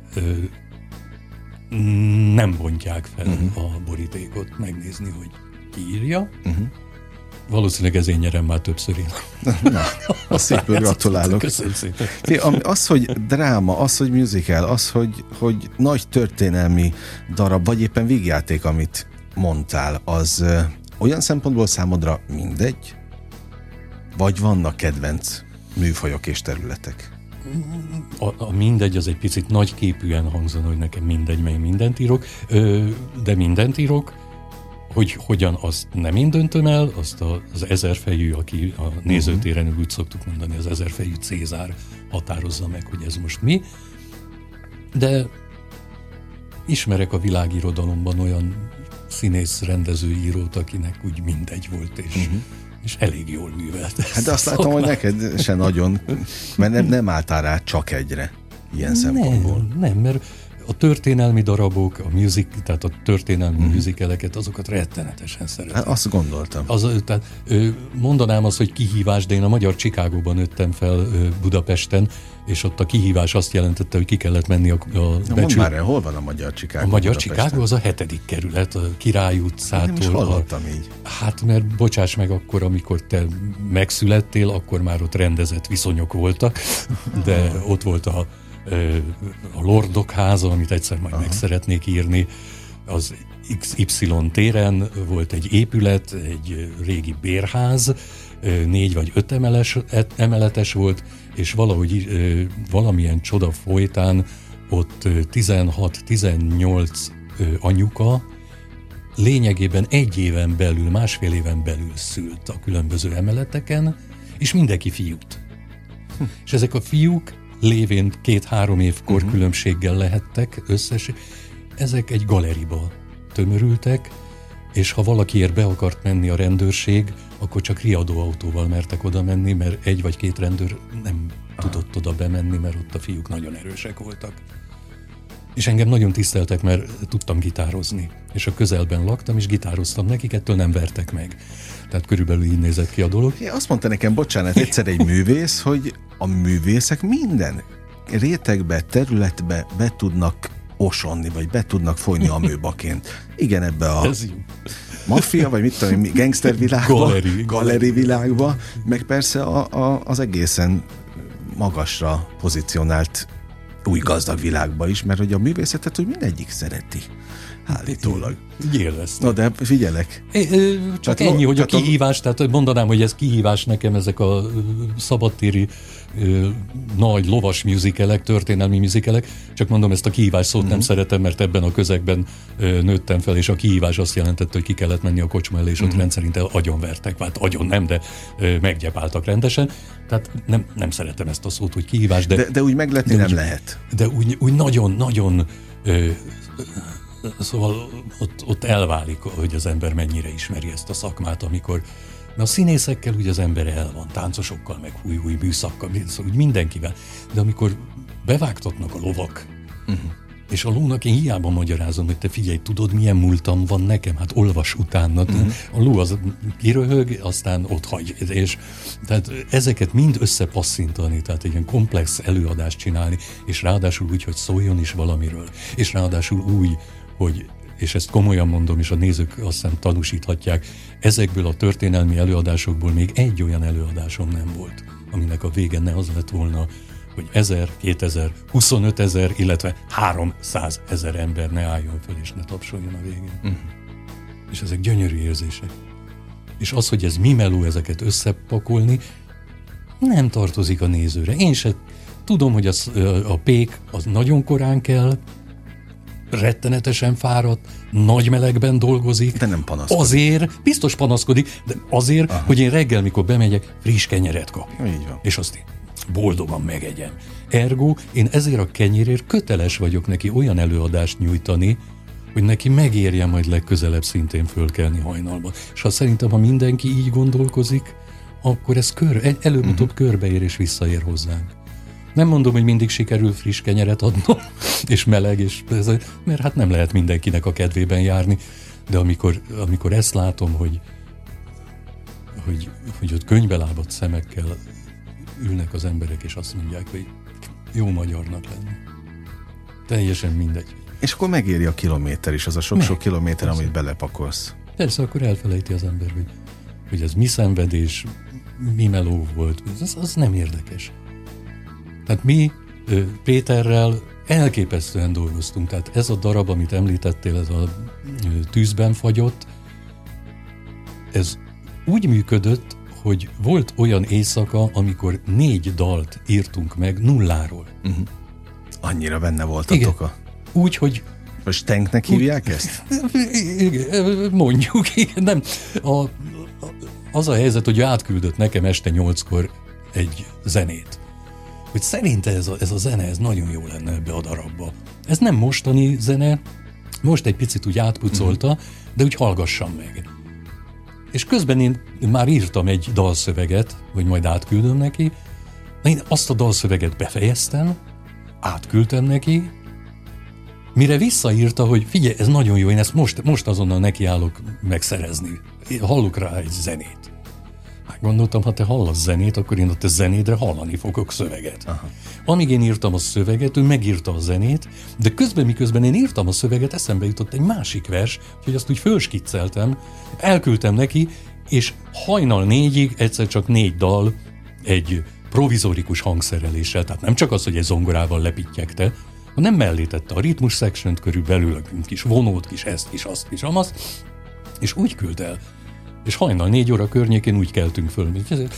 nem bontják fel a borítékot megnézni, hogy ki írja. Valószínűleg ezért nyerem már többször én. Na, azt szépen gratulálok. Köszönöm szépen. Az, hogy dráma, az, hogy musical, az, hogy nagy történelmi darab, vagy éppen vígjáték, amit mondtál, az olyan szempontból számodra mindegy? Vagy vannak kedvenc műfajok és területek? A mindegy az egy picit nagyképűen hangzana, hogy nekem mindegy, mely mindent írok, de mindent írok. Hogy hogyan, azt nem én döntöm el, azt az ezerfejű, aki a nézőtéren úgy szoktuk mondani, az ezerfejű Cézár határozza meg, hogy ez most mi. De ismerek a világirodalomban olyan színész, rendező, írót, akinek úgy mindegy volt, és elég jól művelt. Hát de azt látom, hogy neked se nagyon, mert nem álltál rá csak egyre ilyen szempontból. Nem, mert a történelmi darabok, tehát a történelmi musicaleket, azokat rettenetesen szeretem. Hát azt gondoltam. Tehát, mondanám azt, hogy kihívás, de én a Magyar Chicagóban nőttem fel Budapesten, és ott a kihívás azt jelentette, hogy ki kellett menni a mondd már el, hol van a Magyar Chicago? A Magyar Chicago az a 7. kerület, a Király utcától. Nem is hallottam így. Hát, mert bocsáss meg, akkor, amikor te megszülettél, akkor már ott rendezett viszonyok voltak, de ott volt a Lordok háza, amit egyszer majd meg szeretnék írni, az XY téren volt egy épület, egy régi bérház, 4 vagy 5 emeletes volt, és valahogy valamilyen csoda folytán ott 16-18 anyuka lényegében egy éven belül, másfél éven belül szült a különböző emeleteken, és mindenki fiút. És ezek a fiúk lévén 2-3 év korkülönbséggel lehettek összes, ezek egy galeriba tömörültek, és ha valakiért be akart menni a rendőrség, akkor csak riadóautóval mertek oda menni, mert 1 vagy 2 rendőr nem tudott oda bemenni, mert ott a fiúk nagyon erősek voltak. És engem nagyon tiszteltek, mert tudtam gitározni. És a közelben laktam, és gitároztam nekik, ettől nem vertek meg. Tehát körülbelül így nézett ki a dolog. Azt mondta nekem, bocsánat, egyszer egy művész, hogy a művészek minden rétegbe, területbe be tudnak osonni, vagy be tudnak folyni amőbaként. Igen, ebbe a maffia, vagy mit tudom, gangster világba, galeri világba, meg persze az egészen magasra pozícionált új gazdag világba is, mert hogy a művészetet úgy mindegyik szereti. Állítólag. Élveztem. Na de figyelek. Csak ennyi, hogy a kihívás, tehát mondanám, hogy ez kihívás nekem, ezek a szabadtéri nagy lovas musicalek, történelmi musicalek, csak mondom, ezt a kihívás szót nem szeretem, mert ebben a közegben nőttem fel, és a kihívás azt jelentette, hogy ki kellett menni a kocsma elé, és ott rendszerint agyonvertek, hát agyon nem, de meggyepáltak rendesen. Tehát nem szeretem ezt a szót, hogy kihívás, de úgy megletni nem lehet. De úgy nagyon szóval ott elválik, hogy az ember mennyire ismeri ezt a szakmát, amikor a színészekkel úgy az ember el van, táncosokkal, meg új műszakkal, szóval úgy mindenkivel. De amikor bevágtatnak a lovak, és a lónak én hiába magyarázom, hogy te figyelj, tudod, milyen múltam van nekem? Hát olvas utána. A ló az kiröhög, aztán ott hagy. És tehát ezeket mind összepasszintani, tehát egy ilyen komplex előadást csinálni, és ráadásul úgy, hogy szóljon is valamiről. És ráadásul úgy, hogy, és ezt komolyan mondom, és a nézők azt hiszem tanúsíthatják, ezekből a történelmi előadásokból még egy olyan előadásom nem volt, aminek a vége ne az lett volna, hogy 1000, 2000, 25 000, illetve 300 000 ember ne álljon föl és ne tapsoljon a végén. És ezek gyönyörű érzések. És az, hogy ez mi meló ezeket összepakolni, nem tartozik a nézőre. Én se tudom, hogy a pék az nagyon korán kell, rettenetesen fáradt, nagy melegben dolgozik. De nem panaszkodik. Azért, biztos panaszkodik, de azért, hogy én reggel, mikor bemegyek, friss kenyeret kapjak. Így van. És azt én boldogan megegyem. Ergo, én ezért a kenyérért köteles vagyok neki olyan előadást nyújtani, hogy neki megérje majd legközelebb szintén fölkelni hajnalba. És szerintem, ha mindenki így gondolkozik, akkor ez előbb-utóbb körbeér és visszaér hozzánk. Nem mondom, hogy mindig sikerül friss kenyeret adnom, és meleg, mert hát nem lehet mindenkinek a kedvében járni, de amikor ezt látom, hogy ott könybelábadt szemekkel ülnek az emberek, és azt mondják, hogy jó magyarnak lenni. Teljesen mindegy. És akkor megéri a kilométer is, az a sok-sok kilométer, amit belepakolsz. Persze, akkor elfelejti az ember, hogy ez mi szenvedés, mi meló volt, az nem érdekes. Tehát mi Péterrel elképesztően dolgoztunk, tehát ez a darab, amit említettél, ez a tűzben fagyott, ez úgy működött, hogy volt olyan éjszaka, amikor 4 dalt írtunk meg nulláról. Annyira benne voltatok Úgy, hogy... Most tanknek hívják ezt? Igen, mondjuk, igen, nem. Az a helyzet, hogy átküldött nekem este 8-kor egy zenét. Hogy szerinte ez a zene, ez nagyon jó lenne ebbe a darabba. Ez nem mostani zene, most egy picit úgy átpucolta, de úgy hallgassam meg. És közben én már írtam egy dalszöveget, hogy majd átküldöm neki, de én azt a dalszöveget befejeztem, átküldtem neki, mire visszaírta, hogy figyelj, ez nagyon jó, én ezt most azonnal nekiállok megszerezni. Hallok rá egy zenét. Hát gondoltam, ha te hallasz zenét, akkor én a te zenédre hallani fogok szöveget. Aha. Amíg én írtam a szöveget, ő megírta a zenét, de miközben én írtam a szöveget, eszembe jutott egy másik vers, hogy azt úgy fölskicceltem, elküldtem neki, és hajnal 4-ig egyszer csak 4 dal egy provizorikus hangszereléssel, tehát nem csak az, hogy egy zongorával lepittyegte, hanem mellé tette a ritmus section-t, körülbelül a kis vonót, kis ezt, kis azt, kis amazt, és úgy küld el. És hajnal 4 óra környékén úgy keltünk föl.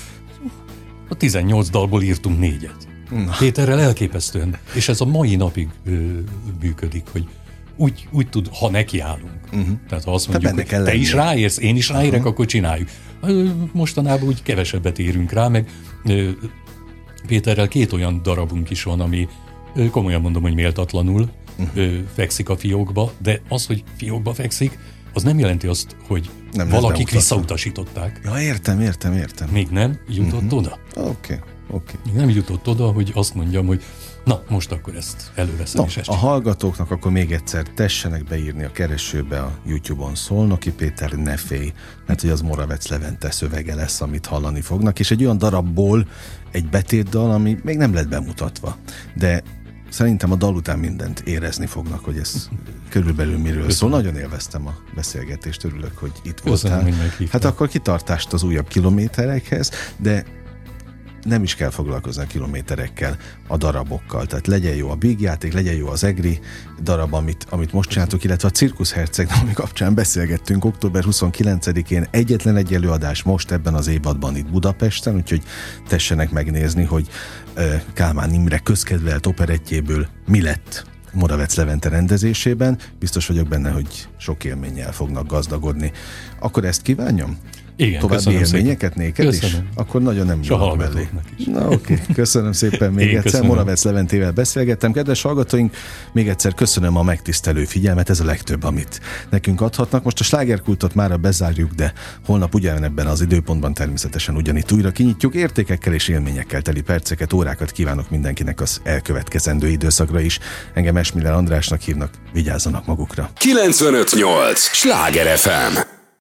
A 18 dalból írtunk 4-et. Péterrel elképesztően. És ez a mai napig működik, hogy úgy tud, ha nekiállunk. Tehát ha azt mondjuk, hogy te is ráérsz, én is ráérek, akkor csináljuk. Mostanában úgy kevesebbet érünk rá, meg Péterrel 2 olyan darabunk is van, ami komolyan mondom, hogy méltatlanul fekszik a fiókba, de az, hogy fiókba fekszik, az nem jelenti azt, hogy nem valakik visszautasították. Ja, értem. Még nem jutott oda. Oké. Még nem jutott oda, hogy azt mondjam, hogy na, most akkor ezt előveszem és ezt a hallgatóknak akkor még egyszer tessenek beírni a keresőbe a YouTube-on Szolnoki Péter, ne félj, mert hogy az Moravec Levente szövege lesz, amit hallani fognak, és egy olyan darabból egy betétdal, ami még nem lett bemutatva, de szerintem a dal után mindent érezni fognak, hogy ez körülbelül miről szól. Nagyon élveztem a beszélgetést, örülök, hogy itt voltál. Hát akkor kitartást az újabb kilométerekhez, de nem is kell foglalkozni a kilométerekkel, a darabokkal. Tehát legyen jó a Big játék, legyen jó az EGRI darab, amit most csináltuk, illetve a Cirkusz Herceg, ami kapcsán beszélgettünk október 29-én. Egyetlen egy előadás most ebben az évadban itt Budapesten, úgyhogy tessenek megnézni, hogy Kálmán Imre közkedvelt operettjéből mi lett Moravec Levente rendezésében. Biztos vagyok benne, hogy sok élménnyel fognak gazdagodni. Akkor ezt kívánjam? Igen, további élményeket néked köszönöm. Is? Akkor nagyon nem nyúlok mellé. Na oké, köszönöm szépen még egyszer. Köszönöm. Moravec Leventével beszélgettem. Kedves hallgatóink, még egyszer köszönöm a megtisztelő figyelmet, ez a legtöbb, amit nekünk adhatnak. Most a slágerkultot mára bezárjuk, de holnap ugyanebben az időpontban természetesen ugyanitt újra kinyitjuk. Értékekkel és élményekkel teli perceket, órákat kívánok mindenkinek az elkövetkezendő időszakra is. Engem Esmiller Andrásnak hívnak, vigyázzanak magukra. 95.8 Sláger FM.